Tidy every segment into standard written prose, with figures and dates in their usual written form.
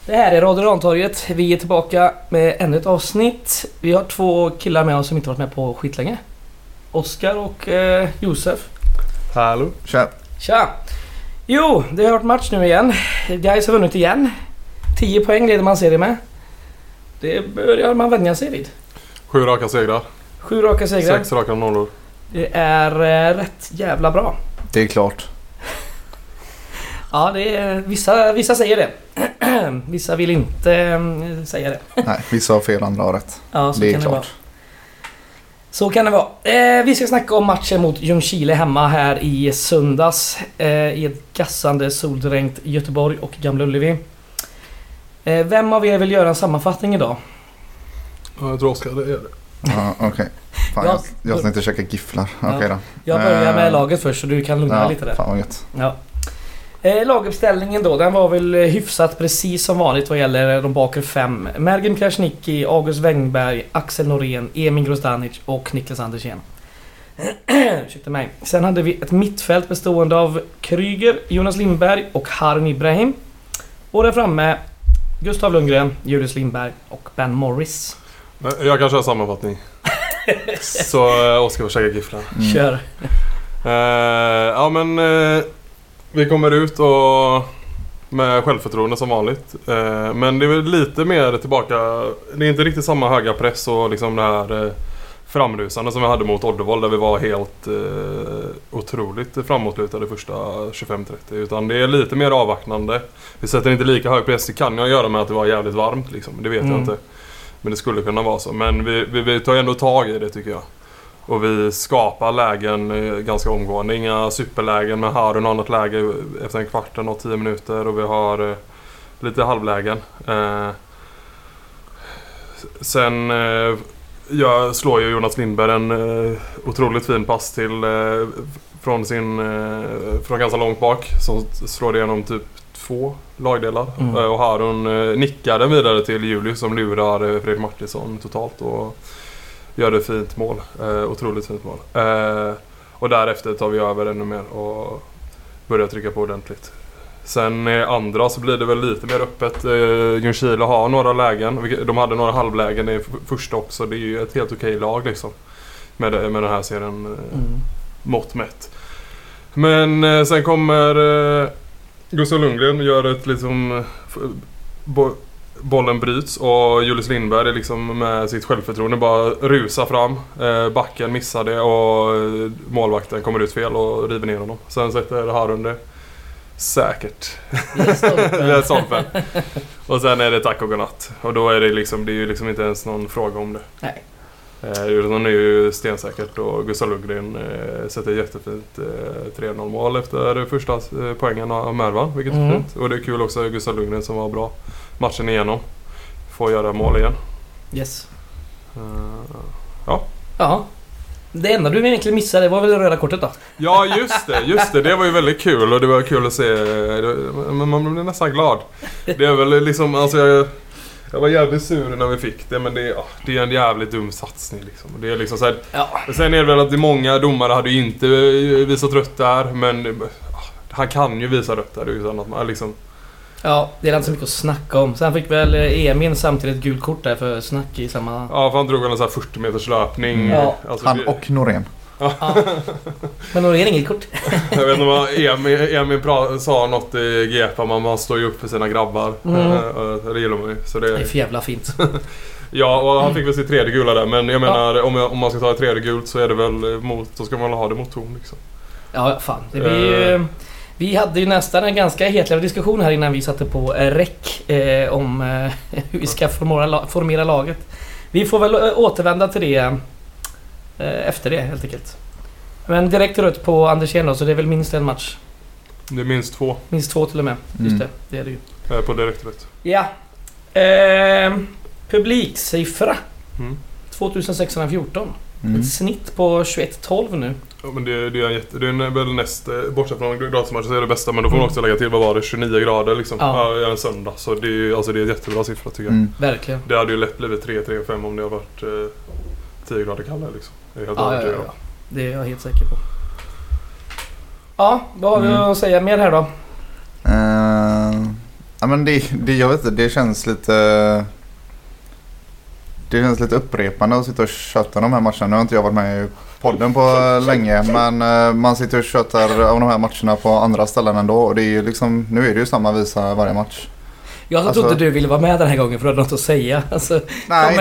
Det här är Radio Rantorget. Vi är tillbaka med ännu ett avsnitt. Vi har 2 killar med oss som inte varit med på skitlänge. Oskar och Josef. Hallå. Tja. Tja. Jo, det har varit match nu igen. Guys har vunnit igen. 10 poäng leder man serien med. Det börjar man vänja sig vid. 7 raka segrar. 7 raka segrar. 6 raka nollor. Det är rätt jävla bra. Det är klart. Ja, det är, vissa säger det. Vissa vill inte säga det. Nej, vissa har fel, andra har rätt. Ja, så det är kan klart. det vara. Så kan det vara. Vi ska snacka om matchen mot Ljungskile hemma här i söndags. I ett gassande soldränkt Göteborg och Gamla Ullevi. Vem av er vill göra en sammanfattning idag? Ja, jag tror Oskar det är det. Ja, okej. Fan, jag tänkte käka gifflar. Ja. Okej då. Jag börjar med laget först så du kan lugna dig lite där. Fan vad gött. Ja. Laguppställningen då, den var väl hyfsat precis som vanligt vad gäller de bakre 5. Mergim Krasniqi, August Wengberg, Axel Norén, Emin Grostanic och Niklas Andersén. Ursäkta mig. Sen hade vi ett mittfält bestående av Kryger, Jonas Lindberg och Harun Ibrahim. Och där framme Gustav Lundgren, Julius Lindberg och Ben Morris. Jag kan köra sammanfattning. Så Oskar får käka gifflar. Kör. Ja men vi kommer ut och med självförtroende som vanligt. Men det är väl lite mer tillbaka. Det är inte riktigt samma höga press och liksom det här framrusande som vi hade mot Oddevold där vi var helt otroligt framåtlutade första 25-30. Utan det är lite mer avvaktande. Vi sätter inte lika hög press. Det kan jag göra med att det var jävligt varmt liksom. Det vet jag inte. Men det skulle kunna vara så. Men vi tar ändå tag i det tycker jag. Och vi skapar lägen ganska omgående. Inga superlägen, men Harun har något läge efter en kvart och 10 minuter. Och vi har lite halvlägen. Sen jag slår ju Jonas Lindberg en otroligt fin pass till från ganska långt bak. Som slår igenom typ 2 lagdelar. Och Harun nickar den vidare till Julius som lurar Fredrik Martinsson totalt. Och gör det fint mål. Otroligt fint mål. Och därefter tar vi över ännu mer och börjar trycka på ordentligt. Sen andra så blir det väl lite mer öppet. Ljungskile har några lägen. De hade några halvlägen i första också. Det är ju ett helt okej lag liksom. Med den här serien mått mätt. Men sen kommer Gustav Lundgren gör ett liksom... Bollen bryts och Julius Lindberg är liksom med sitt självförtroende bara rusar fram. Backen missade och målvakten kommer ut fel och river ner honom. Sen sätter Harun det säkert. Det är stolpen. Och sen är det tack och godnatt. Och då är det liksom, det är ju liksom inte ens någon fråga om det. Nej. Utan det är ju stensäkert och Gustav Lundgren sätter jättefint 3-0 mål efter första poängen av Mervan, vilket är fint. Och det är kul också Gustav Lundgren som var bra matchen igenom. Får göra mål igen. Yes. Ja. Ja. Det enda du egentligen missade var väl det röda kortet då? Ja, just det. Det var ju väldigt kul och det var kul att se. Men man blir nästan glad. Det är väl liksom, alltså jag var jävligt sur när vi fick det, men det är en jävligt dum satsning liksom. Det är liksom så här, sen är det väl att det många domare hade ju inte visat rött där, men han kan ju visa rött där utan att man liksom... Ja, det är inte så mycket att snacka om. Sen fick väl Emin samtidigt ett gult kort där för snack i samma... Ja, för han drog en sån här 40 meters löpning. Ja. Alltså, han och Norén. Ja. Men Norén är inget kort. Jag vet inte vad Emin sa något i GP, man står ju upp för sina grabbar. Det gillar man ju. Så det är för jävla fint. Ja, och han fick väl sitt 3:e gula där. Men jag menar, om man ska ta ett 3:e gult så är det väl så ska man ha det mot ton liksom. Ja, fan. Det blir ju... Vi hade ju nästan en ganska hetlig diskussion här innan vi satte på REC om hur vi ska formera laget. Vi får väl återvända till det efter det helt enkelt. Men direkt rött på Andersén då, så det är väl minst en match. Det är minst 2. Minst 2 till och med. Just det är det ju. På direkt rött. Ja. Publiksiffra. 2614. Ett snitt på 21-12 nu. Ja, men det är väl näst, bortsett från gradsmatchen så är det bästa, men då får man också lägga till, vad var det, 29 grader liksom, en söndag. Så det är en jättebra siffra tycker jag. Verkligen. Det hade ju lätt blivit 3, 5 om det hade varit 10 grader kallare liksom. Det är helt ja. Det är jag helt säker på. Ja, vad har vi att säga mer här då? Ja, men jag vet inte, det känns lite upprepande att sitta och köta de här matcherna. Nu har inte jag varit med i podden på länge, men man sitter och kötar av de här matcherna på andra ställen ändå. Och det är ju liksom, nu är det ju samma visa varje match. Jag trodde du ville vara med den här gången för att du hade något att säga. Alltså, nej,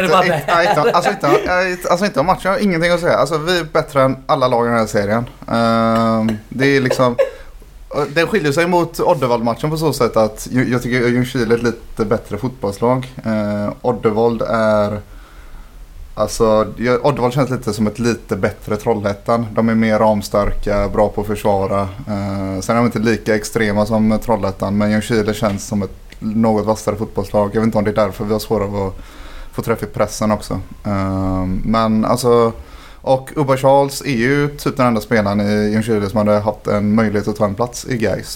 inte om matchen. Jag har ingenting att säga. Alltså, vi är bättre än alla lag i den här serien. Det är liksom... Det skiljer sig mot Oddevald-matchen på så sätt att jag tycker Ljungskile är ett lite bättre fotbollslag. Oddevald är... Alltså, Oddevald känns lite som ett lite bättre Trollhättan. De är mer ramstarka, bra på att försvara. Sen är de inte lika extrema som Trollhättan, men Ljungskile känns som ett något vassare fotbollslag. Jag vet inte om det är därför vi har svårare att få träff i pressen också. Men alltså... Och Ubba Charles är ju typ den enda spelaren i Ljungskile som hade haft en möjlighet att ta en plats i Gais.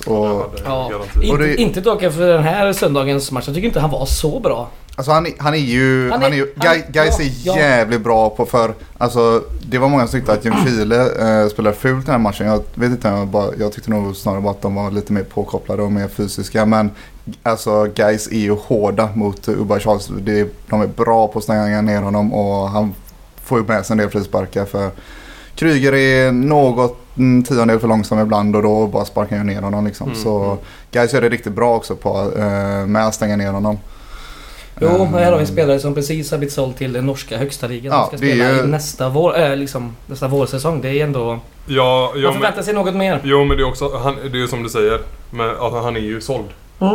Inte dock för den här söndagens match. Jag tycker inte han var så bra. Alltså han är ju Gais är jävligt bra på för alltså det var många som tyckte att Ljungskile spelade fult den här matchen. Jag vet inte, jag tyckte nog snarare bara att de var lite mer påkopplade och mer fysiska, men alltså Gais är ju hårda mot Ubba Charles. De är bra på att stänga ner honom och han får ju med sig en del frisparkar för Kryger är något tiondel för långsam ibland och då bara sparkar jag ner honom liksom. Så Gais gör det riktigt bra också på med att stänga ner honom. Jo, här har vi en spelare som precis har blivit såld till den norska högsta ligan. Ja, som ska spela i nästa vårsäsong. Det är ändå... man förväntar sig något mer. Jo, men det är också, det är ju som du säger, men alltså, han är ju såld.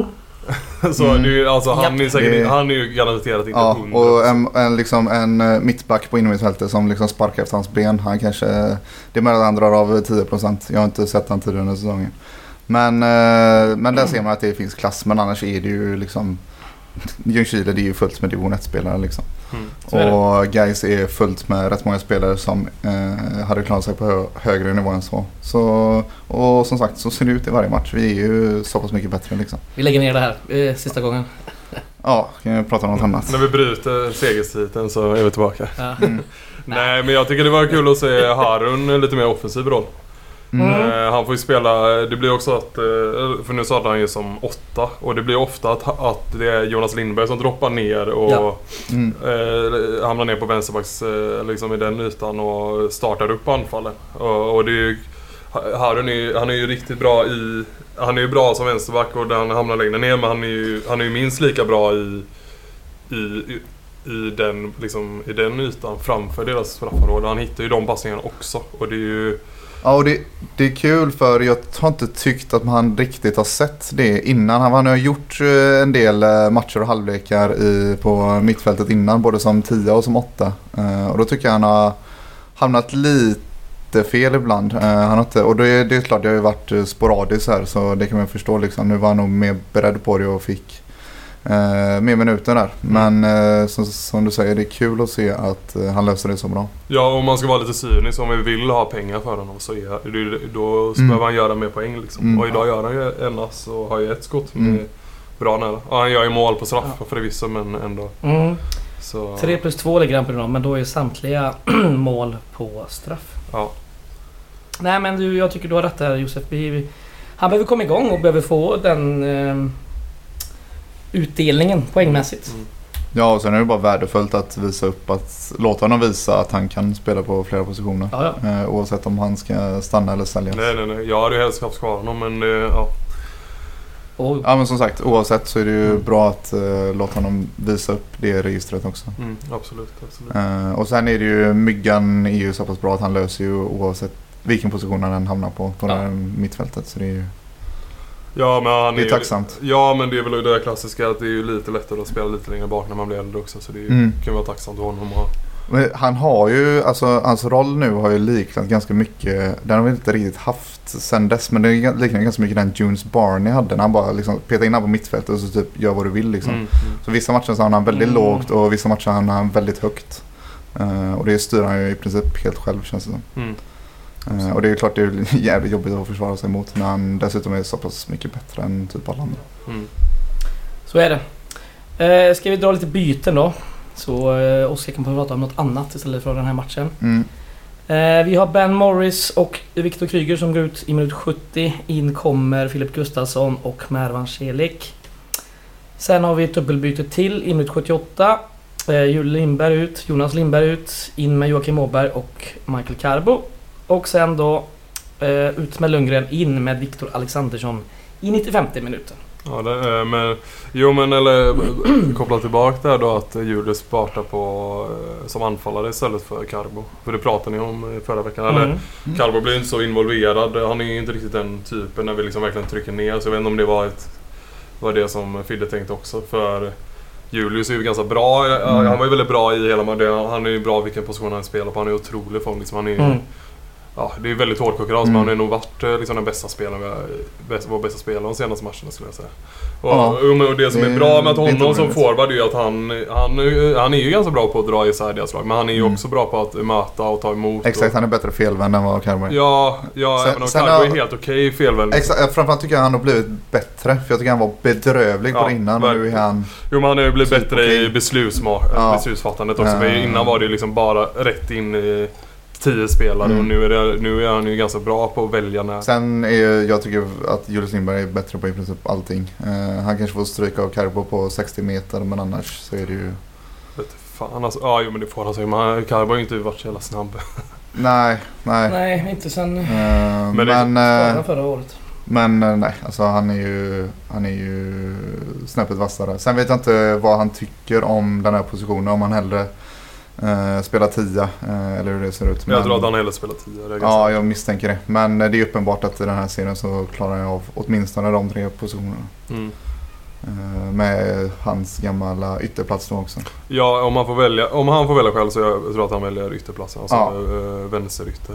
Så det är, alltså, han är ju garanterat inte 100%. Och en mittback på inomhusfältet som liksom sparkar efter hans ben. Han kanske, det är mer att han drar av 10%. Jag har inte sett han tidigare under säsongen. Men där ser man att det finns klass. Men annars är det ju liksom Ljungskile, det är ju fullt med division 1-spelare liksom. Och Gais är fullt med rätt många spelare som hade klarat sig på högre nivå än så. Och som sagt, så ser det ut i varje match. Vi är ju så pass mycket bättre liksom. Vi lägger ner det här sista gången. Ja, kan jag prata om något annat. När vi bryter segerstiten så är vi tillbaka. Nej, men jag tycker det var kul att se Harun lite mer offensiv roll. Han får ju spela, det blir också att, för nu sa han ju som 8 och det blir ofta att det är Jonas Lindberg som droppar ner och hamnar ner på vänsterbacks liksom i den ytan och startar upp anfallen. Och det är ju, han är ju riktigt bra han är ju bra som vänsterback och han hamnar längre ner, men han är ju minst lika bra i den liksom i den ytan framför deras straffområde. Han hittar ju de passningarna också och det är ju... Ja, och det är kul för jag har inte tyckt att man riktigt har sett det innan. Han har gjort en del matcher och halvlekar på mittfältet innan, både som 10 och som 8. Och då tycker jag han har hamnat lite fel ibland. Och det är klart, det har ju varit sporadiskt här, så det kan man förstå liksom. Nu var han nog mer beredd på det och fick mer minuter där. Men som du säger, det är kul att se att han löser det så bra. Ja, om man ska vara lite cynisk, om vi vill ha pengar för honom så då behöver han göra mer poäng liksom. Och idag gör han ju endast och har ju ett skott med bra nära. Och han gör ju mål på straff förvisso, men ändå. Så. 3+2 ligger han på idag, men då är samtliga mål på straff. Ja. Nej, men jag tycker du har rätt där, Josef. Han behöver komma igång och behöver få den utdelningen poängmässigt. Ja, och sen är det bara värdefullt att visa upp, att låta honom visa att han kan spela på flera positioner. Oavsett om han ska stanna eller säljas. Nej. Jag hade ju helst haft kvar honom, men Ja, men som sagt, oavsett så är det ju bra att låta honom visa upp det registret också. Absolut. Och sen är det ju, Myggan är ju så pass bra att han löser ju oavsett vilken position han hamnar på det här mittfältet, så det är ju... Ja, men det är tacksamt. Ja, men det är väl det klassiska att det är ju lite lättare att spela lite längre bak när man blir äldre också, så det kan vara tacksamt att honom ha. Men han har ju, alltså hans roll nu har ju liknat ganska mycket, den har vi inte riktigt haft sen dess, men det liknar ganska mycket den Jones Barney hade, när han bara liksom petar in på mittfältet och så typ gör vad du vill liksom. Så vissa matcher så har han väldigt lågt och vissa matcher har han väldigt högt. Och det styr han ju i princip helt själv, känns det som. Och det är klart det är jävligt jobbigt att försvara sig mot när han dessutom är så pass mycket bättre än typ alla andra. Så är det. Ska vi dra lite byten då? Så Oskar kan prata om något annat istället för den här matchen. Vi har Ben Morris och Viktor Kryger som går ut i minut 70. In kommer Filip Gustafsson och Mervan Celik. Sen har vi ett dubbelbyte till i minut 78. Lindberg ut, Jonas Lindberg ut, in med Joakim Åberg och Michael Carbo. Och sen då ut med Lundgren, in med Viktor Alexandersson i 95 minuten. Ja, men eller koppla tillbaka där då att Julius startar på som anfallare istället för Carbo. För det pratade ni om förra veckan. Eller Carbo blir inte så involverad. Han är ju inte riktigt den typen när vi liksom verkligen trycker ner. Så jag vet inte om det var det som Fidde tänkte också. För Julius är ju ganska bra. Han var ju väldigt bra i hela han är ju bra vilken position han spelar på. Han är otrolig form. Liksom, han är ju, ja, det är väldigt hård konkurrens, men han har nog varit liksom den bästa spelaren, vår bästa spelare de senaste matcherna skulle jag säga. Och det som är bra med att honom som forward är ju att han är ju ganska bra på att dra isär deras lag, men han är ju också bra på att möta och ta emot. Exakt, han är bättre felvänd än vad Carbo är. Ja, även om Carbo är helt okej felvänd. Exakt, framförallt tycker jag han har blivit bättre, för jag tycker han var bedrövlig på innan, och nu är han... Jo, men han har ju blivit bättre i beslutsfattandet också, för innan var det liksom bara rätt in i 10 spelare och nu är han ju ganska bra på att välja. Sen jag tycker att Julius Lindberg är bättre på i princip allting. Han kanske får stryka av Carbo på 60 meter, men annars så är det ju... Fan alltså, ja, men det får han säga. Men Carbo har ju inte varit så jävla snabb. Nej, inte sen men förra året. Men nej, alltså han är ju snäppet vassare. Sen vet jag inte vad han tycker om den här positionen, om han hellre spelar 10 eller hur det ser ut. Jag tror att han hellre spelar 10. Ja, jag misstänker det. Men det är uppenbart att i den här serien så klarar jag av åtminstone de 3 positionerna. Med hans gamla ytterplats då också. Ja, om han får välja själv så jag tror att han väljer ytterplatsen, alltså vänsterytter.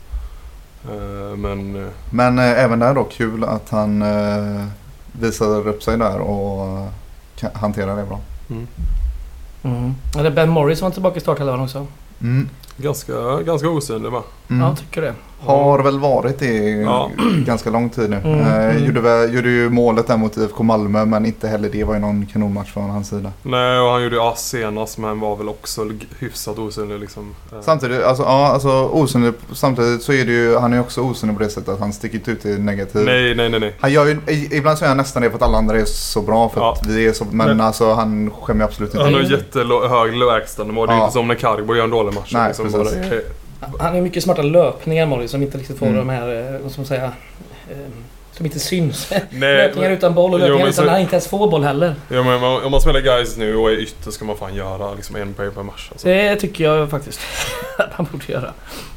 Men även där då kul att han visade upp sig där och hanterar det bra. Är det Ben Morris som var tillbaka i startelvan också? Ganska osynlig, va? Ja, jag tycker det. Har väl varit det ganska lång tid nu. Gjorde ju målet där mot IFK Malmö, men inte heller det var ju någon kanonmatch från hans sida. Nej, och han gjorde ju senast, men var väl också hyfsat osynlig liksom. Samtidigt, osynlig, samtidigt så är det ju, han är också osynlig på det sättet att han sticker ut i negativ. Nej. Han gör ju, ibland så är han nästan det för att alla andra är så bra, för att vi är så, men alltså han skämmer absolut inte. Han har jättehög lägstanivå, det är inte som när Carbo gör en dålig match. Nej, liksom, han är mycket smarta löpningar, Morris, som inte riktigt får de här, som inte syns. Löpningar utan boll och löpningar utan han inte ens får boll heller. Ja, men om man spelar guys nu och är ytter ska man fan göra liksom en poäng per match. Alltså. Det tycker jag faktiskt att han borde göra.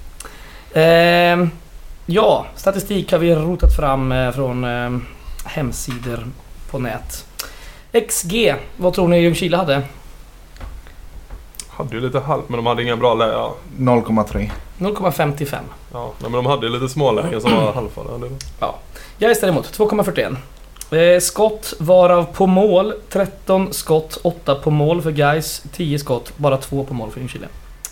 Statistik har vi rotat fram från hemsidor på nät. XG, vad tror ni Ljungskile hade? Hade ju lite halvt, men de hade inga bra lägen. 0,3. 0,55. Ja, men de hade lite små lägen som var halvfarliga. Ja. Gais däremot 2,41. Skott varav på mål 13 skott, 8 på mål för Gais, 10 skott, bara 2 på mål för Ljungskile.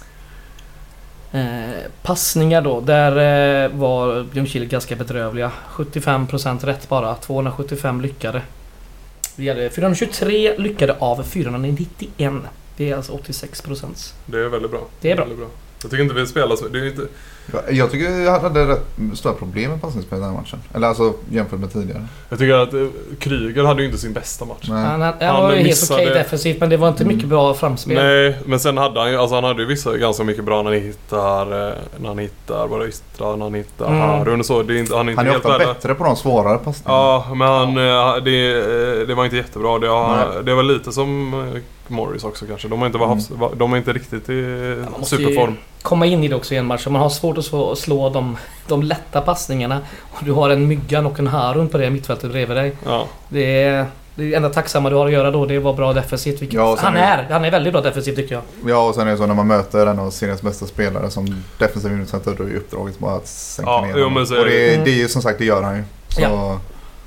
Passningar då, där var Ljungskile ganska bedrövliga. 75% rätt bara, 275 lyckade. Vi hade 423 lyckade av 491. Det är alltså 86%. Det är väldigt bra. Det är bra. Jag tycker inte vi spelar så. Det är inte... Jag tycker jag hade rätt stora problem med passningsspel i den här matchen. Eller alltså jämfört med tidigare. Jag tycker att Kryger hade ju inte sin bästa match. Han var ju helt okej defensivt, men det var inte mycket bra framspel. Nej, men sen hade han hade ju vissa ganska mycket bra när han hittar bara Ystra, när han hittar Harun och så. Han är helt ofta bättre på de svårare passningarna. Ja, men det var inte jättebra. Det var lite som Morris också kanske. De är inte riktigt i superform. Komma in i det också i en match. Man har svårt att slå de lätta passningarna. Och du har en Myggan och en Harun på det mittfältet bredvid dig. Ja. Det är enda tacksamma du har att göra då. Det var bra defensivt. Han är väldigt bra defensivt tycker jag. Ja, och sen är det så när man möter en av seriens bästa spelare som defensiv innercenter, då är uppdraget bara att sänka ner honom. Och det är ju som sagt, det gör han ju. Så... Ja.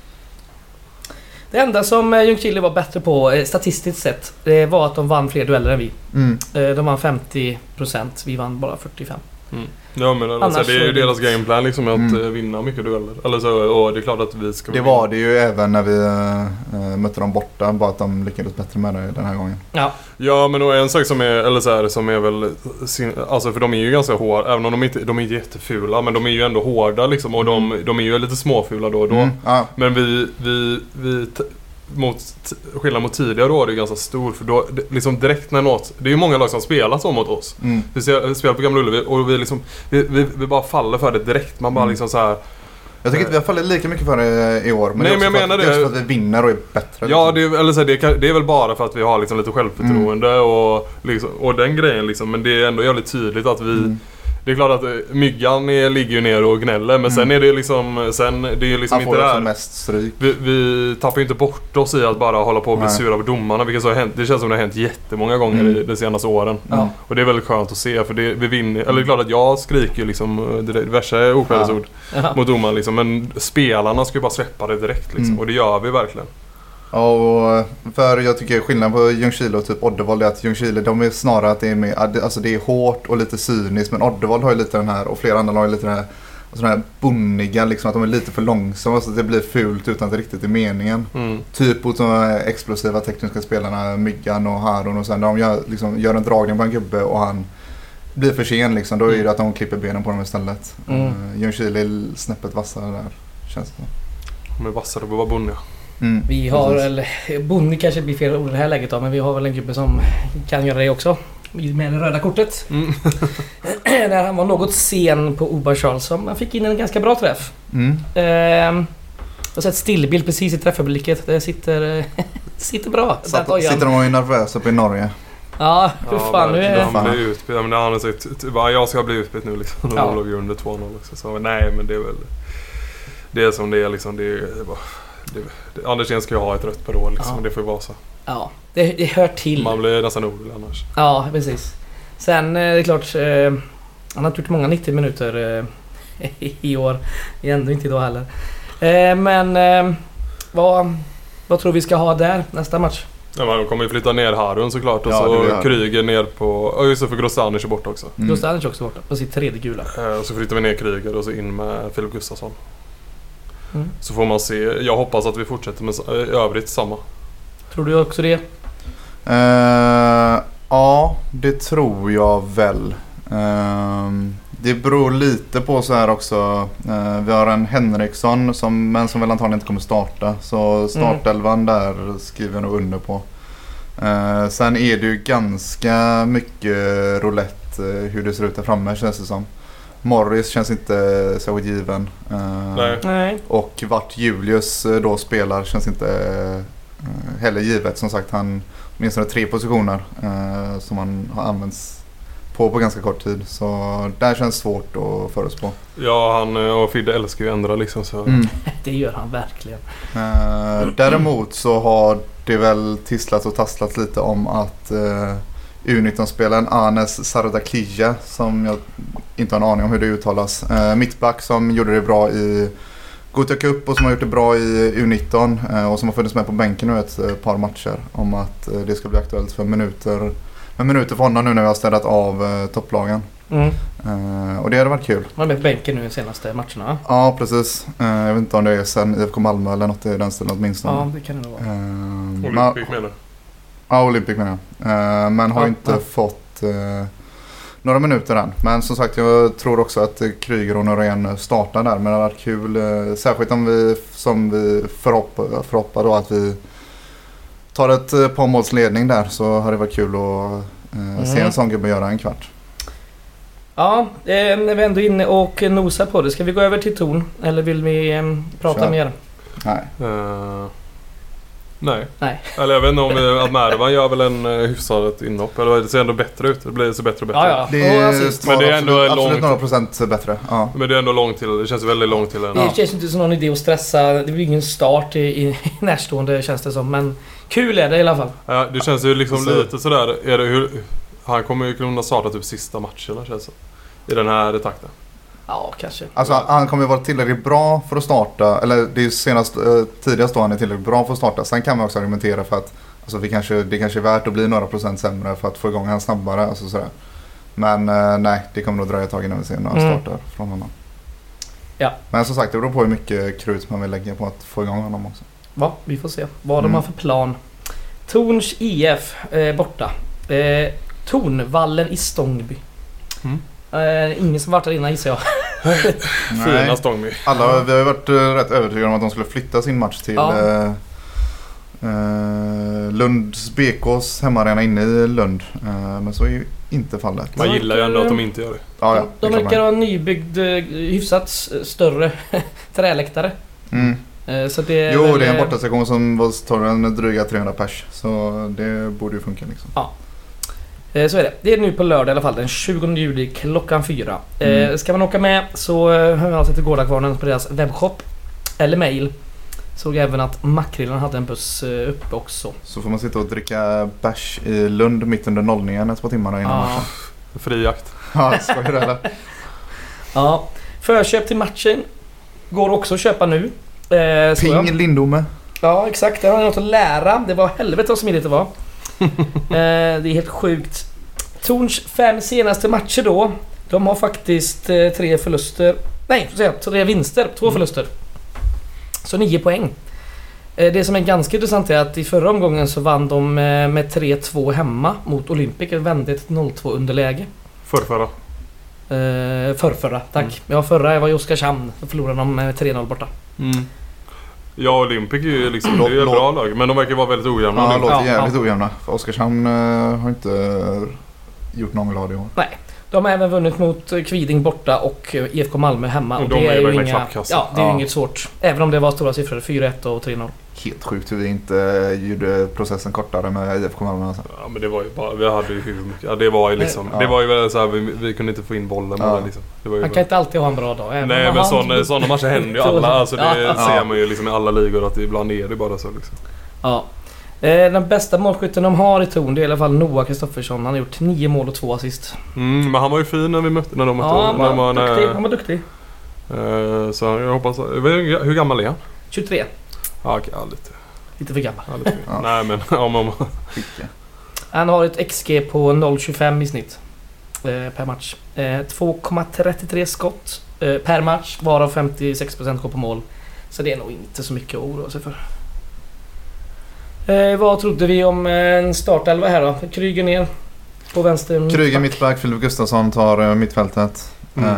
Det enda som Ljungskile var bättre på statistiskt sett, det var att de vann fler dueller än vi. De vann 50%, vi vann bara 45%. Ja, men alltså, det är ju deras gameplan liksom, att vinna mycket dueller. Eller så, och det är klart att vi ska... Det var det ju även när vi mötte dem borta, bara att de lyckades bättre med det den här gången. Ja, men en sak som är, eller så här, som är väl... Alltså, för de är ju ganska hårda, även om de är inte jättefula, men de är ju ändå hårda liksom, och de är ju lite småfula då och då. Men vi skillnad mot tidigare år är ganska stor. För då, liksom direkt när något... Det är ju många lag som spelar så mot oss. Vi spelar på Gamla Ullevi och vi bara faller för det direkt. Man bara liksom så här... Jag tycker inte vi har fallit lika mycket för det i år. Men Nej, det är men jag menar för att vi vinner och är bättre. Ja, det är väl bara för att vi har liksom lite självförtroende och den grejen liksom. Men det är ändå jävligt tydligt att vi... Det är klart att Myggan ligger ju ner och gnäller. Men sen är det liksom... det är liksom han får inte också mest stryk. Vi tappar ju inte bort oss i att bara hålla på och bli sura på domarna. Vilket så har hänt. Det känns som det har hänt jättemånga gånger de senaste åren. Och det är väldigt skönt att se. För vi vinner... Eller det är klart att jag skriker liksom diverse okvädesord mot domaren liksom. Men spelarna ska ju bara släppa det direkt liksom. Och det gör vi verkligen. Och för jag tycker skillnaden på Ljungskile och typ Oddevold är att Ljungskile, de är snarare att det är mer, alltså det är hårt och lite cyniskt, men Oddevold har ju lite den här, och flera andra har ju lite den här bonniga liksom, att de är lite för långsamma så att det blir fult utan att det riktigt är meningen. Typ mot de här explosiva tekniska spelarna Myggan och Haron och sen de gör en dragning på en gubbe och han blir för sen liksom, då är det att de klipper benen på dem istället. Ljungskile är snäppet vassare där, känns det. De är vassare på att vara bonniga. Vi har väl, Bonnie kanske blir fel ord i det här läget då, men vi har väl en gubbe som kan göra det också med det röda kortet. När han var något sen på Oba Charlesson. Han fick in en ganska bra träff. Jag har sett stillbild precis i träffögonblicket. Det sitter bra. Sitter de och är nervösa uppe i Norge? Ja, hur fan nu är han blir utbytt. Men han har sagt jag ska bli utbytt nu liksom. De låg ju under 2-0 också. Så nej, men det är väl det är som det är liksom. Det är bara Andersén ska ju ha ett rött per år liksom, det får ju vara så. Ja, det hör till. Man blir nästan orolig annars. Ja, precis. Sen är det klart, han har gjort många 90 minuter i år. Ändå inte idag heller. Men vad tror vi ska ha där nästa match? Ja, de kommer ju flytta ner Harun såklart och så Kryger ner på... Ja, just det, för Grostanic är borta också. Grostanic är också borta på sitt tredje gula. Och så flyttar vi ner Kryger och så in med Filip Gustafsson. Så får man se. Jag hoppas att vi fortsätter med övrigt samma. Tror du också det? Ja, det tror jag väl. Det beror lite på så här också. Vi har en Henriksson som väl antagligen inte kommer starta. Så startelvan där skriver jag nog under på. Sen är det ju ganska mycket roulette hur det ser ut där framme, känns det som. Morris känns inte så given. Nej. Och vart Julius då spelar känns inte heller givet. Som sagt, han åtminstone 3 positioner som han har använts på ganska kort tid. Så där känns svårt att förutspå. Ja, han och Fidde älskar ju ändra liksom så. Det gör han verkligen. Däremot så har det väl tisslats och tasslats lite om att U19-spelaren Anes Sardaklija, som jag inte har en aning om hur det uttalas, mittback som gjorde det bra i Gothia Cup och som har gjort det bra i U19 och som har funnits med på bänken nu ett par matcher, om att det ska bli aktuellt för minuter för honom nu när vi har städat av topplagen. Och det hade varit kul. Han är med på bänken nu de senaste matcherna. Ja, precis. Jag vet inte om det är sen IFK Malmö eller något i den stilen åtminstone. Ja, det kan det nog vara. Olympic menar. Ja, Olympic menar jag. Men har inte fått några minuter än. Men som sagt, jag tror också att Kryger och Norén startar där. Men det har varit kul, särskilt om vi förhoppar då att vi tar ett par måls ledning där, så har det varit kul att se en sån gubbe göra en kvart. Ja, när vi ändå är inne och nosar på det, ska vi gå över till Torn eller vill vi prata mer? Nej. Eller jag vet inte om att Mervan gör väl en hyfsat inhopp. Eller det ser ändå bättre ut. Det blir så bättre och bättre. Ja. Men det är ändå absolut några procent bättre. Ja. Men det är ändå långt till. Det känns väldigt långt till. Det känns inte som någon idé att stressa. Det blir ingen start i närstående, känns det som. Men kul är det i alla fall. Ja, det känns ju liksom lite sådär. Är det han kommer ju kunna starta typ sista matchen, känns det. I den här takten. Ja, kanske. Alltså han kommer ju vara tillräckligt bra för att starta. Eller det är ju tidigast då han är tillräckligt bra för att starta. Sen kan man också argumentera för att alltså det kanske är värt att bli några procent sämre för att få igång han snabbare. Alltså sådär. Men nej, det kommer nog dröja ett tag innan vi ser när han startar från honom. Ja. Men som sagt, det beror på hur mycket krut man vill lägga på att få igång honom också. Va? Vi får se vad de har för plan. Torns IF borta. Tornvallen i Stångby. Ingen som varit där innan, gissar jag. Fina Stångby. Vi har ju varit rätt övertygade om att de skulle flytta sin match till Lunds BKs hemmaarena inne i Lund. Men så är ju inte fallet. Man gillar ju ändå att de inte gör det. Ja, de verkar ha en nybyggd, hyfsat större träläktare. Så det är det är en bortasektion som tar en dryga 300 pers. Så det borde ju funka liksom. Ja. Så är det. Det är nu på lördag i alla fall, den 20 juli klockan 4. Ska man åka med så hör jag sig till Gårdakvarnen på deras webbshop eller mail. Såg även att Makrillen hade en buss uppe också. Så får man sitta och dricka bärs i Lund mitt under nollningen ett par timmar innan matchen. Fri jakt. Ja, skojar du eller? Ja, förköp till matchen går också att köpa nu. Ping Lindome. Ja, exakt. Det har jag något att lära. Det var helvete vad smidigt det var. Det är helt sjukt. Torns 5 senaste matcher då. De har faktiskt 3 förluster. Nej, 3 vinster, 2 förluster. Så 9 poäng. Det som är ganska intressant är att i förra omgången så vann de med 3-2 hemma mot Olympic. Vände ett 0-2 underläge. Förrförra. Förrförra, tack. Ja, förra var i Oskarshamn. Då förlorade de med 3-0 borta. Ja, Olympic är ju liksom, det är ett bra lag. Men de verkar vara väldigt ojämna. Ja, de låter jävligt ojämna. För Oskarshamn har inte gjort någon glad i år. Nej. De har även vunnit mot Kviding borta och IFK Malmö hemma. Och de det är ju det är inget svårt. Även om det var stora siffror, 4-1 och 3-0. Helt sjukt hur vi inte gjorde processen kortare med IFK Malmö. Alltså. Ja, men det var ju bara, vi hade ju hur mycket. Ja, det var ju liksom, det var ju väl så här, vi kunde inte få in bollen. Ja. Liksom. Det var ju man kan inte alltid ha en bra dag. Nej, men sådana matcher händer ju alla. Alltså, det ser man ju liksom i alla ligor att ibland är det bara så liksom. Ja. Den bästa målskytten de har i Torn, det är i alla fall Noah Kristoffersson. Han har gjort 9 mål och 2 assist. Men han var ju fin när vi mötte när de mötte. Ja, han var duktig. Så jag hoppas. Hur gammal är han? 23. Ja, okej, Lite för gammal. Ja. Nej, men om man... Han har ett XG på 0,25 i snitt per match. 2,33 skott per match, varav 56% går på mål. Så det är nog inte så mycket att oroa sig för. Vad trodde vi om en startelva här då? Kryger ner på vänster. Kryger mittback, Filip Gustafsson tar mittfältet.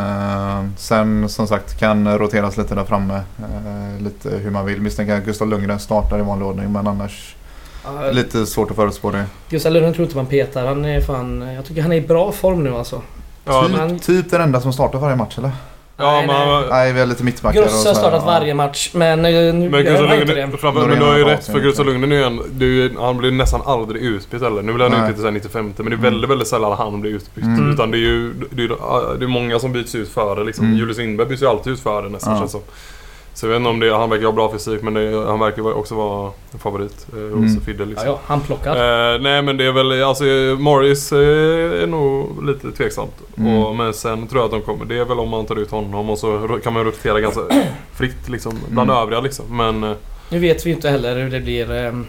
Sen som sagt kan roteras lite där framme. Lite hur man vill. Misstänka att Gustav Lundgren startar i vanlig ordning, men annars lite svårt att förutspå det. Gustav Lundgren tror inte man petar. Han är fan, jag tycker han är i bra form nu alltså. Ja, typ den enda som startar varje match eller? Ja, nej, vi har lite mittbackar. Gross har startat varje match, men nu gör han inte det. Men du har ju rätt, för Gustav Lundgren han blir nästan aldrig utbytt eller. Nu blir han utbytt till 95, men det är väldigt, väldigt sällan han blir utbytt. Utan det är många som byts ut före liksom. Julius Lindberg byts ju alltid ut före nästan känns som. Så jag vet inte om han verkar ha bra fysik, men han verkar också vara en favorit hos Fidde liksom. Ja, han plockar. Nej, men det är väl alltså Morris är nog lite tveksamt. Men sen tror jag att de kommer. Det är väl om man tar ut honom och så kan man rotera ganska fritt liksom bland övriga liksom. Men nu vet vi inte heller hur det blir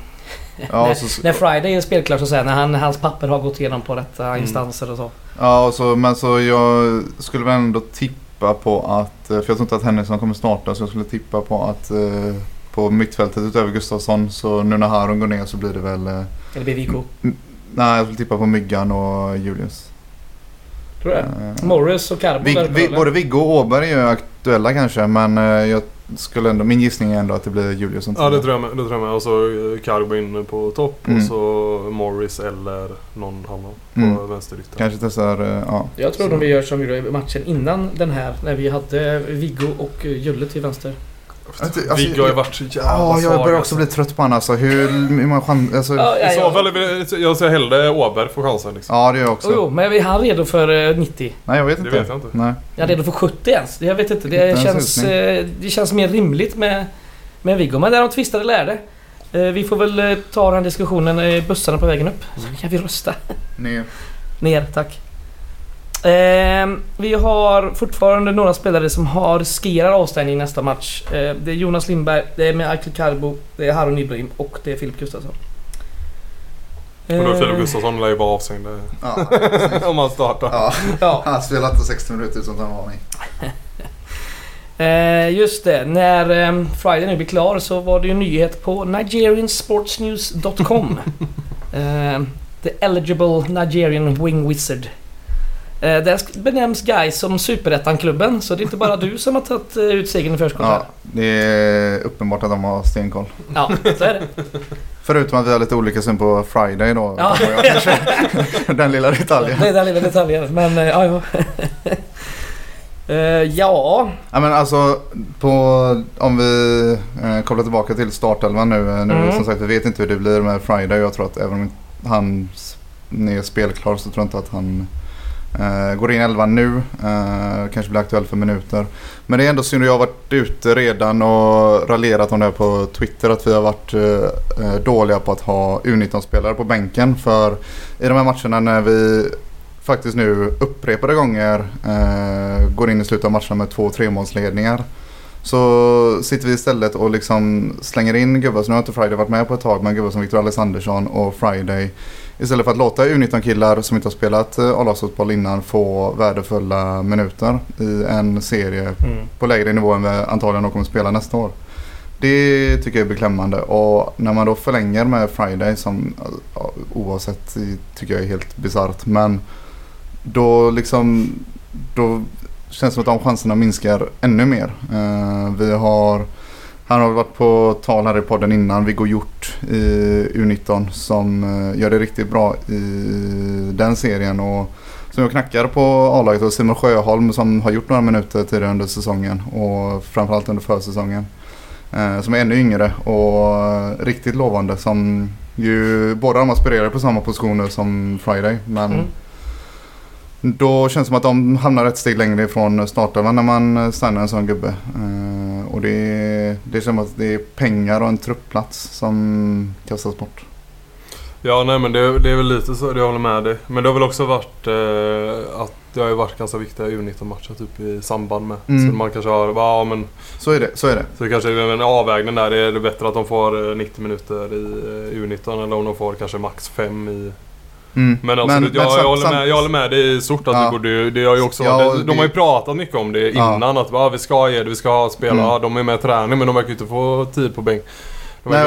när Friday är spelklar så säger när hans papper har gått igenom på rätta instanser och så. Ja, och så men så jag skulle väl ändå tippa på att, för jag tror inte att Henriksson kommer starta, så jag skulle tippa på att på mittfältet utöver Gustafsson, så nu när Haron går ner så blir det väl eller blir Vico? Nej, jag skulle tippa på Myggan och Julius. Tror du det? Morris och Carbo både Viggo och Åberg är ju aktuella kanske, men jag skulle ändå, min gissning är ändå att det blir Julius som ja, det tror jag med. Och så Carbo in på topp och så Morris eller någon annan på vänsterytten. Kanske testar, ja. Jag tror de gör som vi gjorde i matchen innan den här, när vi hade Viggo och Julle till vänster. Viggo har ju varit så jävla svag. Jag börjar också bli trött på honom alltså. Hur många chanser alltså, i så fall jag säger hellre Åberg får chansen liksom. Ja, det gör jag också. Jo, men är han redo för 90? Nej, jag vet inte. Det vet jag inte. Nej. Jag är redo för 70 ens. Jag vet inte. Det känns mer rimligt med Viggo, men där de tvistade lärde. Vi får väl ta den diskussionen i bussarna på vägen upp. Så kan vi rösta. Ner, tack. Vi har fortfarande några spelare som riskerar avstängning nästa match. Det är Jonas Lindberg, det är Michael Carbo, det är Haron Ibrahim och det är Filip Gustafsson. Och då Filip Gustafsson lär ju vara avstängd om han startar. Ja. Han spelar inte 60 minuter som han var i. Just det, när Friday nu blir klar så var det ju nyhet på nigeriansportsnews.com. The eligible Nigerian wing wizard. Där benämns guys som Superettan-klubben, så det är inte bara du som har tagit ut segern i förskott här. Det är uppenbart att de har stenkoll. Ja, så är det. Förutom att vi har lite olika syn på Friday då. Ja. Den lilla detaljen. Det är den lilla detaljen, men ja. Ja. Ja, men alltså om vi kopplar tillbaka till startelvan nu som sagt, vi vet inte hur det blir med Friday. Jag tror att även om han är spelklar så tror jag inte att han går in 11 nu. Kanske blir aktuell för minuter. Men det är ändå synd, jag har varit ute redan och raljerat om det här på Twitter, att vi har varit dåliga på att ha U19-spelare på bänken. För i de här matcherna när vi faktiskt nu upprepade gånger går in i slutet av matcherna med 2-3 målsledningar, så sitter vi istället och liksom slänger in gubbar som nu har inte Friday varit med på ett tag, men gubbar som Victor Alexandersson och Friday, istället för att låta U19-killar som inte har spelat A-lagsfotboll innan få värdefulla minuter i en serie på lägre nivå än vi antagligen kommer att spela nästa år. Det tycker jag är beklämmande, och när man då förlänger med Friday som oavsett tycker jag är helt bizarrt, men då känns det som att de chanserna minskar ännu mer. Han har varit på tal här i podden innan, Viggo Hjort i U19 som gör det riktigt bra i den serien, och som jag knackar på A-laget, och Simon Sjöholm som har gjort några minuter tidigare under säsongen och framförallt under försäsongen, som är ännu yngre och riktigt lovande, som ju båda de aspirerar på samma positioner som Friday, men då känns det som att de hamnar ett steg längre ifrån startelvan när man stannar en sån gubbe. Och det känns som att det är pengar och en truppplats som kastas bort. Ja, nej, men det är väl lite så, jag håller med dig. Men det har väl också varit att det har ju varit ganska viktiga U19-matcher typ i samband med. Så man kanske har, ja men... Så är det. Så det kanske är en avvägning där. Det är bättre att de får 90 minuter i U19 eller om de får kanske max 5 i... Men absolut, jag håller med. Det är stort att vi borde, det har ju också, de har ju pratat mycket om det innan, att vi ska ha spelare, de är med i träning, men de verkar ju inte få tid på bänk. Nej,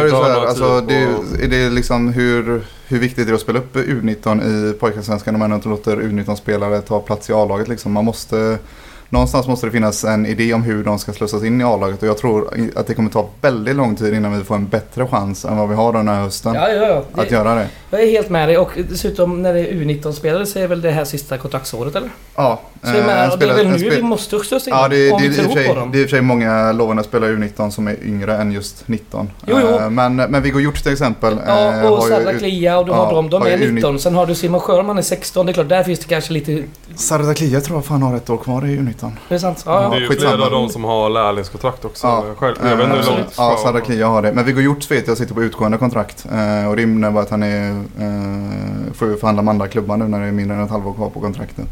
det är liksom hur viktigt det är att spela upp U19 i pojkarsvenskan om man inte låter U19-spelare ta plats i A-laget liksom. Någonstans måste det finnas en idé om hur de ska slussas in i A-laget, och jag tror att det kommer ta väldigt lång tid innan vi får en bättre chans än vad vi har den här hösten att göra det. Jag är helt med dig, och dessutom när det är U19-spelare så är väl det här sista kontraktsåret, eller? Ja. Så det är väl nu vi måste slussa in, det om vi tror på dem. Det är i och för sig många lovande spelare U19 som är yngre än just 19. Jo. Men Viggo Hjort till exempel. Ja, och Sardar Klia, och du har dem. De är 19. Sen har du Simon Sjöholm, han är 16. Det är klart, där finns det kanske lite... Sardar Klia tror jag fan har ett år kvar i U19. Det är sant. Ja. Det är ju flera av dem som har lärlingskontrakt också. Jag vet inte hur långt. Ja, Sardar Klia har det. Men Viggo Hjort vet jag sitter på utgående kontrakt. Och det innebär att han får förhandla med andra klubbar nu när det är mindre än ett halvår kvar på kontraktet.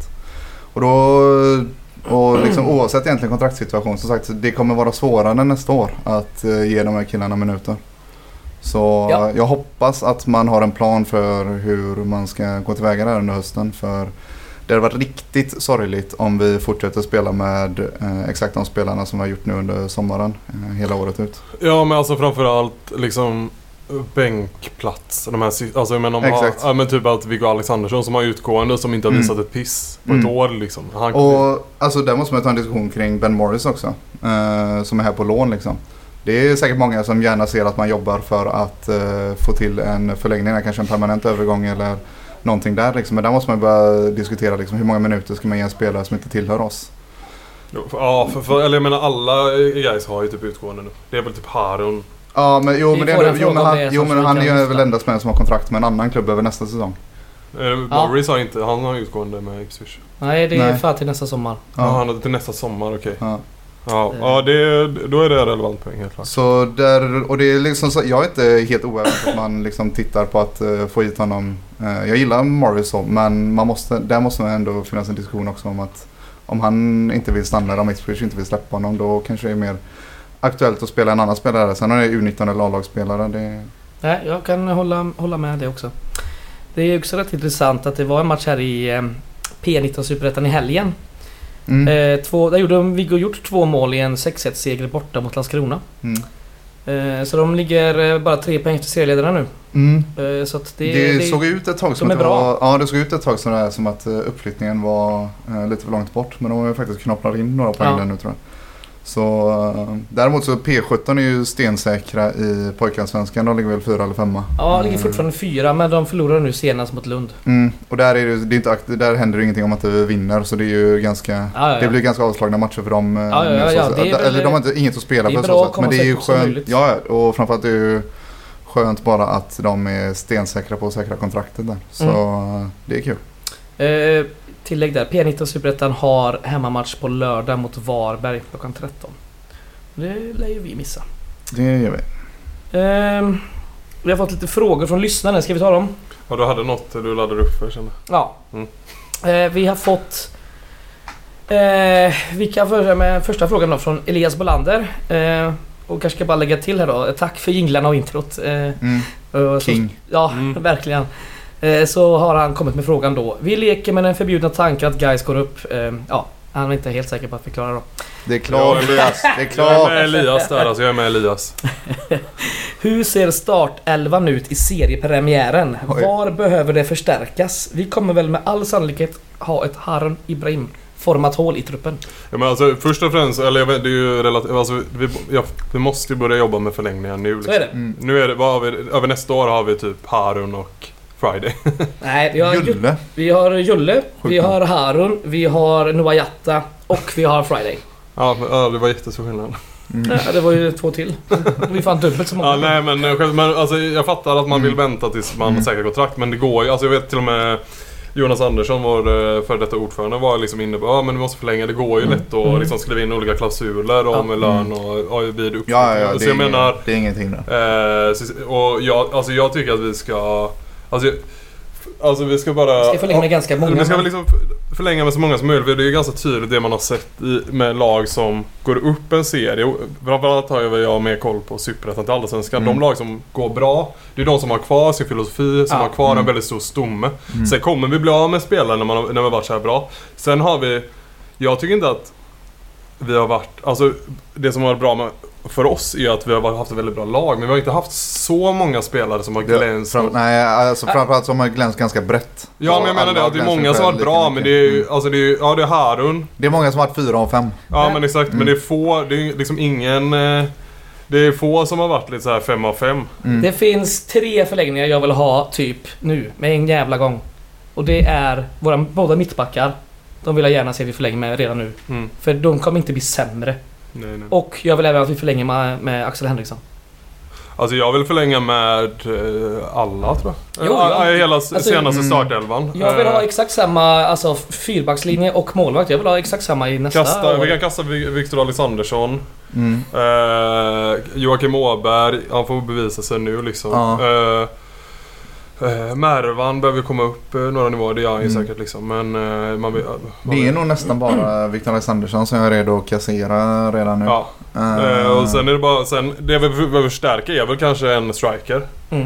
Och liksom, oavsett egentligen kontraktssituation, som sagt, det kommer vara svårare nästa år att ge de här killarna minuter. Så jag hoppas att man har en plan för hur man ska gå tillväga där under hösten, för det har varit riktigt sorgligt om vi fortsätter spela med exakt de spelarna som vi har gjort nu under sommaren hela året ut. Ja, men alltså framförallt liksom bänkplats. De här, alltså, men typ att Viggo Alexandersson som har utgående som inte har visat ett piss på ett år liksom. Och alltså där måste man ta en diskussion kring Ben Morris också, som är här på lån liksom. Det är säkert många som gärna ser att man jobbar för att få till en förlängning, kanske en permanent övergång eller någonting där liksom. Men där måste man börja diskutera liksom, hur många minuter ska man ge en spelare som inte tillhör oss. Ja, eller jag menar alla guys har ju typ utgående nu. Det är väl typ Harun. Ja, men han är ju väl enda spelaren som har kontrakt med en annan klubb över nästa säsong. Morris har inte, han har utgående med Ipswich. Nej, det är för till nästa sommar. Ja, han har till nästa sommar, okej. Ja, då är det relevant poäng helt klart. Så där, och det är liksom så, jag är inte helt oäven att man liksom tittar på att få hit honom. Jag gillar Morris så, men där måste man ändå finnas en diskussion också om att om han inte vill stanna, om Ipswich inte vill släppa honom, då kanske det är mer aktuellt att spela en annan spelare. Sen är det U19 eller A-lagsspelare. Nej, jag kan hålla med det också. Det är också rätt intressant att det var en match här i P19 Superettan i helgen. Där gjorde Viggo Hjort 2 mål i en 6-1-seger borta mot Landskrona. Så de ligger bara 3 poäng efter serieledarna nu. Så att det såg ut ett tag som de är bra. Ja, det såg ut ett tag som att uppflyttningen var lite för långt bort. Men de har ju faktiskt knopplat in några poäng där nu, tror jag. Så däremot så P17 är ju stensäkra i pojkarsvenskan. De ligger väl 4 eller 5. Ja, ligger fortfarande 4, men de förlorade nu senast mot Lund. Och där är det inte där händer det ingenting om att det vinner, så det är ju ganska det blir ganska avslagna matcher för dem. Eller de har inte inget att spela på så sätt, men det är ju skönt. Ja, och framförallt är det ju skönt bara att de är stensäkra på att säkra kontraktet där. Så det är kul. Tillägg där. P19 Superettan har hemmamatch på lördag mot Varberg klockan 13. Det lär ju vi missa. Det gör vi. Vi har fått lite frågor från lyssnarna. Ska vi ta dem? Ja, du hade något du laddade upp för, känner. Ja. Vi har fått... vi kan börja med första frågan då, från Elias Bolander. Och kanske ska bara lägga till här då. Tack för jinglarna och introt. King. Ja, verkligen. Så har han kommit med frågan då. Vi leker med den förbjudna tanken att guys går upp. Han är inte helt säker på att förklara då. Det är klart, Elias. Det är klart. Jag är med Elias där, alltså jag är med Elias. Hur ser startelvan ut i seriepremiären? Var behöver det förstärkas? Vi kommer väl med all sannolikhet ha ett Harun Ibrahim format hål i truppen. Ja, men alltså först och främst, eller jag vet, det är ju relativt, alltså, vi måste ju börja jobba med förlängningar nu liksom. Så är det. Nu är det, över nästa år har vi typ Harun och Friday. Nej, vi har Julle, vi har Harun, vi har Noayatta och vi har Friday. Ja, det var jättestor skillnad. Ja, det var ju 2 till. Vi fann dubbelt så många. Ja, nej, men alltså, jag fattar att man vill vänta tills man säkert kontrakt, men det går ju, alltså jag vet till och med Jonas Andersson, vår för detta ordförande, var liksom inne på men vi måste förlänga, det går ju lätt att liksom skriva in olika klausuler om lön och vid uppflyttning. Ja, det, det är ingenting då. Och jag tycker att vi ska alltså vi ska bara... Vi ska förlänga med ganska många. Vi ska väl liksom förlänga med så många som möjligt. Det är ju ganska tydligt det man har sett med lag som går upp en serie. Framförallt har jag med koll på Superettan till Allsvenskan. De lag som går bra, det är de som har kvar sin filosofi, som har kvar en väldigt stor stomme. Sen kommer vi bli av med spelare när vi har varit så här bra. Sen har vi... Jag tycker inte att vi har varit... Alltså det som har varit bra med för oss är att vi har haft ett väldigt bra lag, men vi har inte haft så många spelare som har glänst. Framförallt som har glänst ganska brett. Ja, men jag menar det, att det är många som har varit bra, men det är alltså det är Harun. Det är många som har varit 4 och 5. Ja, men exakt, men det är få, det är liksom ingen... Det är få som har varit lite så här 5 av 5. Det finns 3 förlängningar jag vill ha typ nu, med en jävla gång. Och det är våra båda mittbackar. De vill jag gärna se vi förlänger med redan nu. För de kommer inte bli sämre. Nej. Och jag vill även att vi förlänger med Axel Henriksson. Alltså jag vill förlänga med alla, tror jag. Hela senaste startelvan. Jag vill ha exakt samma fyrbackslinje och målvakt. Jag vill ha exakt samma i nästa år. Vi kan kasta Victor Alexandersson. Joakim Åberg, han får bevisa sig nu liksom. Mervan behöver komma upp några nivåer, det är han ju säkert liksom. Men det är nog nästan bara Victor Alexandersson som jag är redo att kassera redan nu. Ja. Och sen är det bara, det vi behöver förstärka är väl kanske en striker.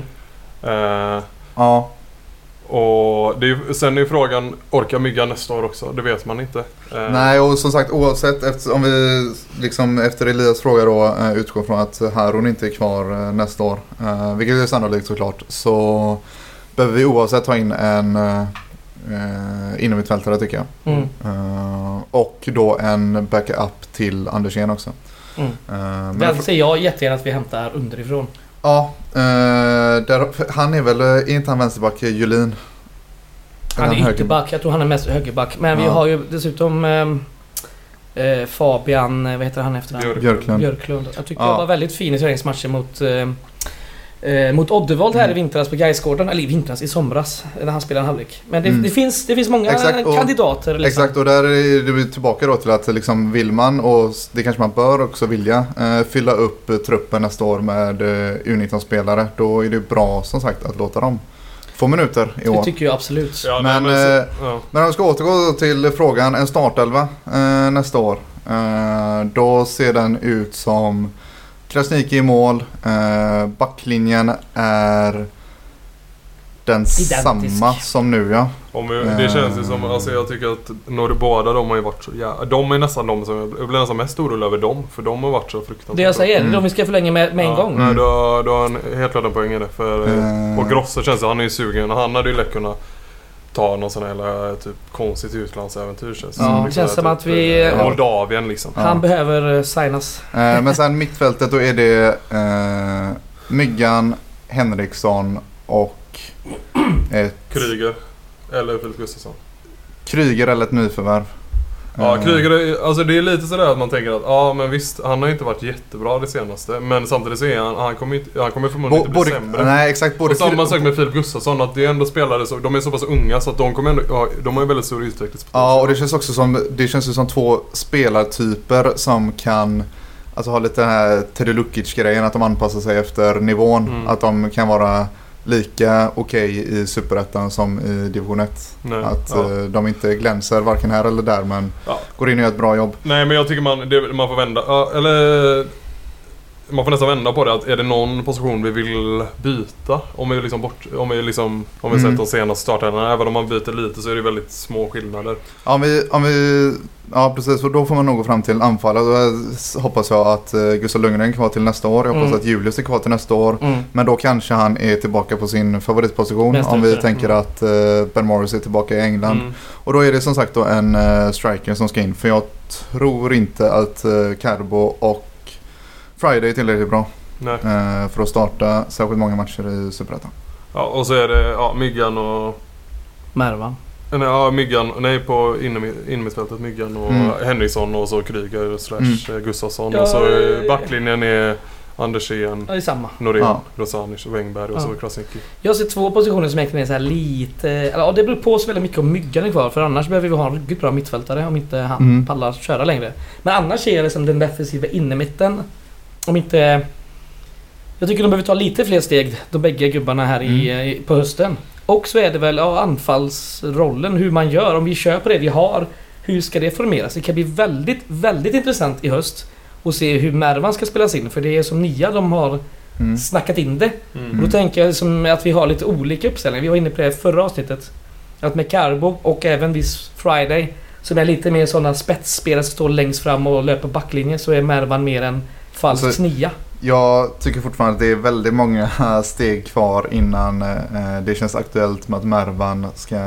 Och sen är ju frågan, orkar Mygga nästa år också? Det vet man inte. Nej, och som sagt, oavsett om vi liksom efter Elias fråga då utgår från att Harun inte är kvar nästa år, vilket är sannolikt såklart, så behöver vi oavsett ta in en inomhutfältare tycker jag. Och då en backup till Andersén också. Där ser jag jättegärna att vi hämtar underifrån. Ja, han är väl, inte han vänsterback, Julin? Han är ytterback, jag tror han är mest högerback. Men vi har ju dessutom Fabian, vad heter han efter Björklund. Jag tycker jag var väldigt fin i träningsmatchen mot Oddevold här i vintras på Gaisgården, eller i somras när han spelade en halvlek. Men det finns många kandidater liksom. Exakt, och där är det tillbaka då till att liksom vill man, och det kanske man bör också vilja, fylla upp truppen nästa år med U19-spelare, då är det bra som sagt att låta dem få minuter i år. Det tycker jag absolut. Ja, men om vi ska återgå till frågan, en startelva nästa år, då ser den ut som Krasniqi i mål, backlinjen är den samma som nu, ja. Det känns ju som, alltså jag tycker att båda de har ju varit så de är nästan de som jag blir nästan mest orolig över dem, för de har varit så fruktansvärt. Det jag säger, de vi ska förlänga med en gång. Nej, då har han helt klart en poäng i det, för och Grosso känns det, han är ju sugen och han hade ju lätt kunnat ta någon sån här typ konstigt utlandsäventyr. Ja, det känns som att vi... Moldavien liksom. Han behöver signas. Men sen mittfältet då är det Myggan, Henriksson och Kryger eller Filip Gustafsson. Kryger eller ett nyförvärv. Ja, Kryger, alltså det är lite sådär att man tänker att ja men visst, han har inte varit jättebra det senaste, men samtidigt så är han kommer förmodligen inte bli sämre. Nej, exakt. Och samma sak med Filip Gustafsson, att det är ändå spelare så, de är så pass unga så att de kommer ändå, de har ju väldigt stor utvecklingspotential. Ja, och det känns också som två spelartyper som kan ha lite den här Teddy Lukic-grejen, att de anpassar sig efter nivån, att de kan vara lika okej i Superettan som i division 1. De inte glänser varken här eller där, men går in och gör ett bra jobb. Nej, men jag tycker man får vända, eller man får nästan vända på det, att är det någon position vi vill byta om vi sett de senaste starterna, även om man byter lite så är det väldigt små skillnader. Ja, precis, och då får man nog gå fram till anfallet. Då hoppas jag att Gustav Lundgren är kvar till nästa år. Jag hoppas att Julius är kvar till nästa år. Men då kanske han är tillbaka på sin favoritposition. Om vi tänker att Ben Morris är tillbaka i England. Och då är det som sagt då en striker som ska in. För jag tror inte att Carbo och Friday är tillräckligt bra för att starta särskilt många matcher i Superettan. Ja, och så är det Myggan och Mervan. Ja, Myggan, på innermittfältet Myggan och Henriksson och så Kryger / Gustafsson och så backlinjen är Andersén, Norén, Rosanic och Wengberg och så Krasniqi. Jag ser två positioner som egentligen är så här lite... det beror på så väldigt mycket om Myggan är kvar, för annars behöver vi ha en riktigt bra mittfältare om inte han pallar köra längre. Men annars är det som den defensiva innermitten. Om inte... Jag tycker de behöver ta lite fler steg, de bägge gubbarna här på hösten. Och så är det väl anfallsrollen, hur man gör. Om vi kör på det vi har, hur ska det formeras? Det kan bli väldigt, väldigt intressant i höst att se hur Mervan ska spelas in. För det är som nya de har snackat in det. Och då tänker jag som att vi har lite olika uppställningar. Vi var inne på det förra avsnittet. Att med Carbo och även viss Friday, som är lite mer sådana spetsspelare som står längst fram och löper backlinjen, så är Mervan mer en falsk nia. Jag tycker fortfarande att det är väldigt många steg kvar innan det känns aktuellt med att Mervan ska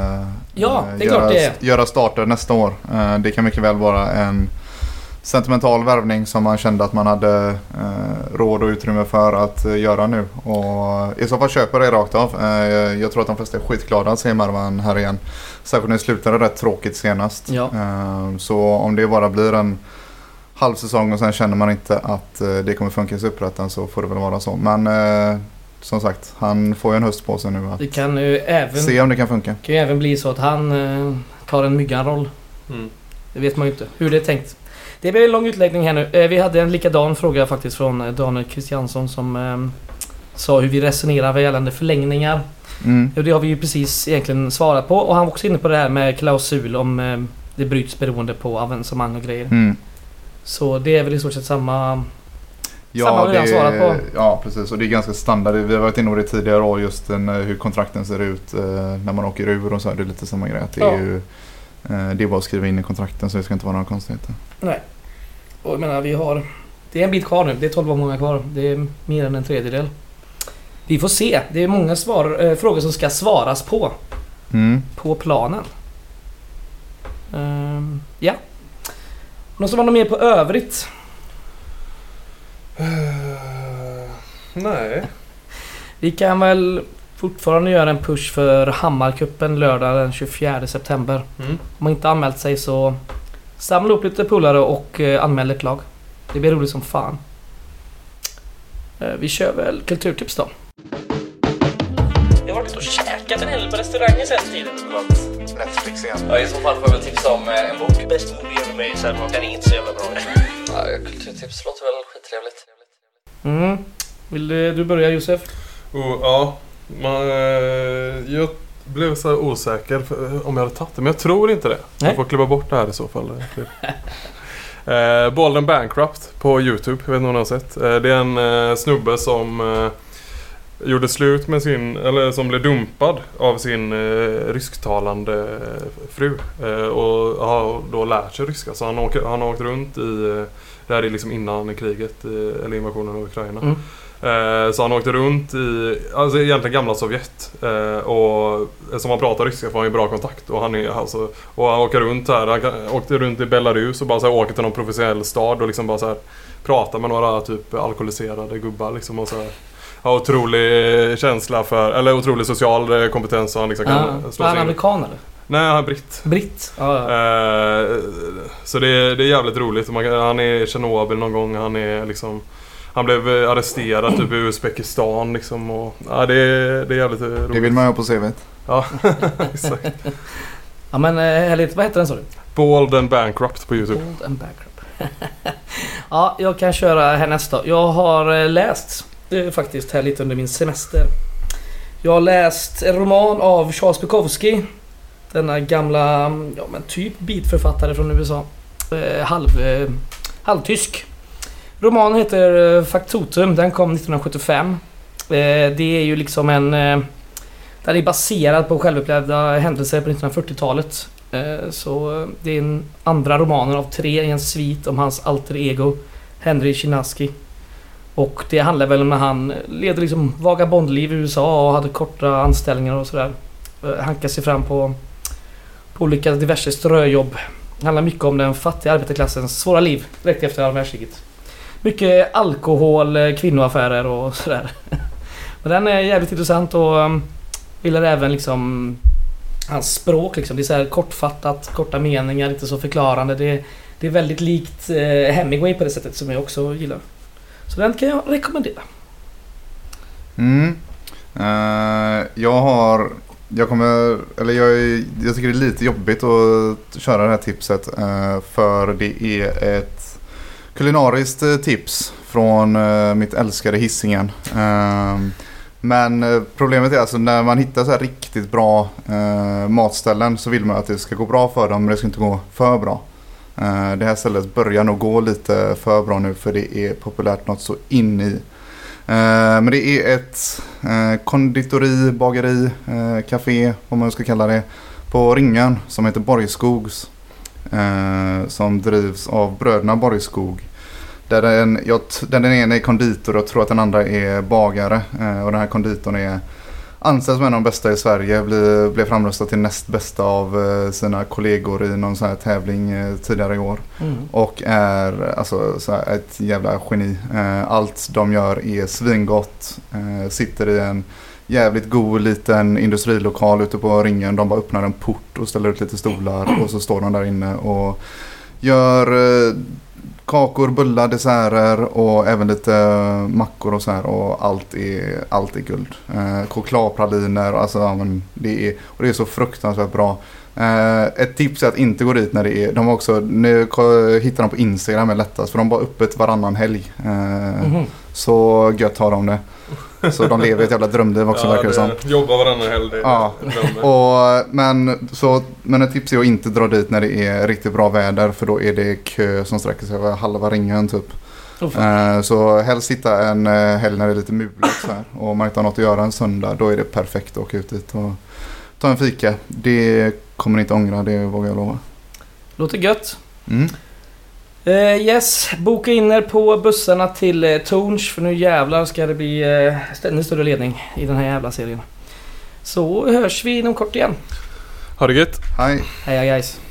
göra starter nästa år. Det kan mycket väl vara en sentimental värvning som man kände att man hade råd och utrymme för att göra nu. Och i så fall köper det rakt av. Jag tror att de flesta är skitglada att se Mervan här igen. Särskilt när det slutade rätt tråkigt senast. Så om det bara blir en halvsäsong och sen känner man inte att det kommer funka i Superettan, så får det väl vara så. Men som sagt, han får ju en höst på sig nu att det kan ju även, se om det kan funka. Det kan ju även bli så att han tar en Myggan-roll. Det vet man ju inte hur det är tänkt. Det blir en lång utläggning här nu. Vi hade en likadan fråga faktiskt från Daniel Kristiansson som sa hur vi resonerar vad gällande förlängningar. Och det har vi ju precis egentligen svarat på. Och han var också inne på det här med klausul om det bryts beroende på avancemang och grejer. Så det är väl i stort sett samma vi har svarat på. Ja, precis. Och det är ganska standard. Vi har varit inne på det tidigare och just hur kontrakten ser ut när man åker ur och så är det lite samma grej. Att det är ju det är bara att skriva in i kontrakten, så det ska inte vara några konstigheter. Nej. Och jag menar, det är en bit kvar nu. Det är 12 många kvar. Det är mer än en tredjedel. Vi får se. Det är många frågor som ska svaras på. På planen. Ja. Någon som var något mer på övrigt? Nej. Vi kan väl fortfarande göra en push för Hammarkuppen lördag den 24 september. Om man inte anmält sig så samla upp lite pullare och anmäl ett lag. Det blir roligt som fan. Vi kör väl kulturtips då. Jag har varit och käkat en hel på restaurangen sen tiden. Netflix igen. Ja, i så fall får jag väl tipsa om en bok. Bäst movie med mig sen. Den är inte så jävla bra. Ja, kulturtips låter väl skittrevligt. Vill du börja, Josef? Jag blev så osäker om jag hade tagit det, men jag tror inte det. Jag får klippa bort det här i så fall. Bold and Bankrupt på YouTube, jag vet inte om ni har sett. Det är en snubbe som gjorde slut med sin, eller som blev dumpad av sin rysktalande fru och har då lärt sig ryska, så han har åkt runt i, det här är liksom innan kriget eller invasionen av Ukraina. Så han åkte runt i, alltså egentligen gamla Sovjet, och som han pratar ryska får han ju bra kontakt, och han åker runt här, han åkte runt i Belarus och bara så här, åker till någon professionell stad och liksom bara så här pratar med några typ alkoholiserade gubbar liksom, och så här, har otrolig känsla för, eller otrolig social kompetens, så han liksom kan slå sig in. Är han amerikan eller? Nej, han är britt. Britt? Så det är jävligt roligt. Han är i Tjernobyl någon gång, han blev arresterad typ i Uzbekistan liksom, och det är jävligt roligt. Det vill man ha på CV:t. Ja, exakt. Ja men härligt, vad heter den så du? Bald and Bankrupt på YouTube. Bald and Bankrupt. Ja, jag kan köra här nästa. Jag har läst faktiskt här lite under min semester. Jag har läst en roman av Charles Bukowski. Denna gamla, typ beatförfattare från USA. Halvtysk. Romanen heter Factotum. Den kom 1975. Det är ju liksom den är baserad på självupplevda händelser på 1940-talet. Så det är en andra romanen av 3 i en svit om hans alter ego Henry Chinaski. Och det handlar väl om när han leder liksom vagabondliv i USA och hade korta anställningar och sådär. Hankar sig fram på olika diverse ströjobb. Det handlar mycket om den fattiga arbetarklassens svåra liv direkt efter andra världskriget. Mycket alkohol, kvinnoaffärer och sådär. Men den är jävligt intressant och gillar även liksom hans språk liksom. Det är så här kortfattat, korta meningar, inte så förklarande. Det är väldigt likt Hemingway på det sättet som jag också gillar. Så den kan jag rekommendera. Jag tycker det är lite jobbigt att köra det här tipset, för det är ett kulinariskt tips från mitt älskade Hisingen. Men problemet är alltså när man hittar så här riktigt bra matställen så vill man att det ska gå bra för dem, men det ska inte gå för bra. Det här stället börjar nog gå lite för bra nu, för det är populärt något så in i. Men det är ett konditori, bageri, café, vad man ska kalla det, på Ringen som heter Borgskogs, som drivs av bröderna Borgskog. Där den ena är konditor och tror att den andra är bagare, och den här konditorn anses som en av de bästa i Sverige, blev framröstad till näst bästa av sina kollegor i någon sån här tävling tidigare i år. Och är alltså så här ett jävla geni. Allt de gör är svingott. Sitter i en jävligt god liten industrilokal ute på Ringen. De bara öppnar en port och ställer ut lite stolar och så står de där inne och gör kakor, bullar, desserter och även lite mackor och så här, och allt är guld. Chokladpraliner, alltså det är så fruktansvärt bra. Ett tips är att inte gå dit när det är, de har också, nu hittar de på Instagram är lättast, för de bara öppet varannan helg. Så gött har de det. Så de lever ett jävla drömliv också, verkar det som. Jobbar varannan helg. Ja. Men ett tips är att inte dra dit när det är riktigt bra väder, för då är det kö som sträcker sig över halva Ringen typ. Så helst hitta en helg när det är lite mulet så här, och man inte har något att göra en söndag, då är det perfekt att åka ut dit och ta en fika. Det kommer ni inte ångra, det vågar jag lova. Låter gött. Yes, boka in er på bussarna till Torns, för nu jävlar ska det bli ständigt större ledning i den här jävla serien. Så hörs vi inom kort igen. Ha det gött. Hej. Hej guys.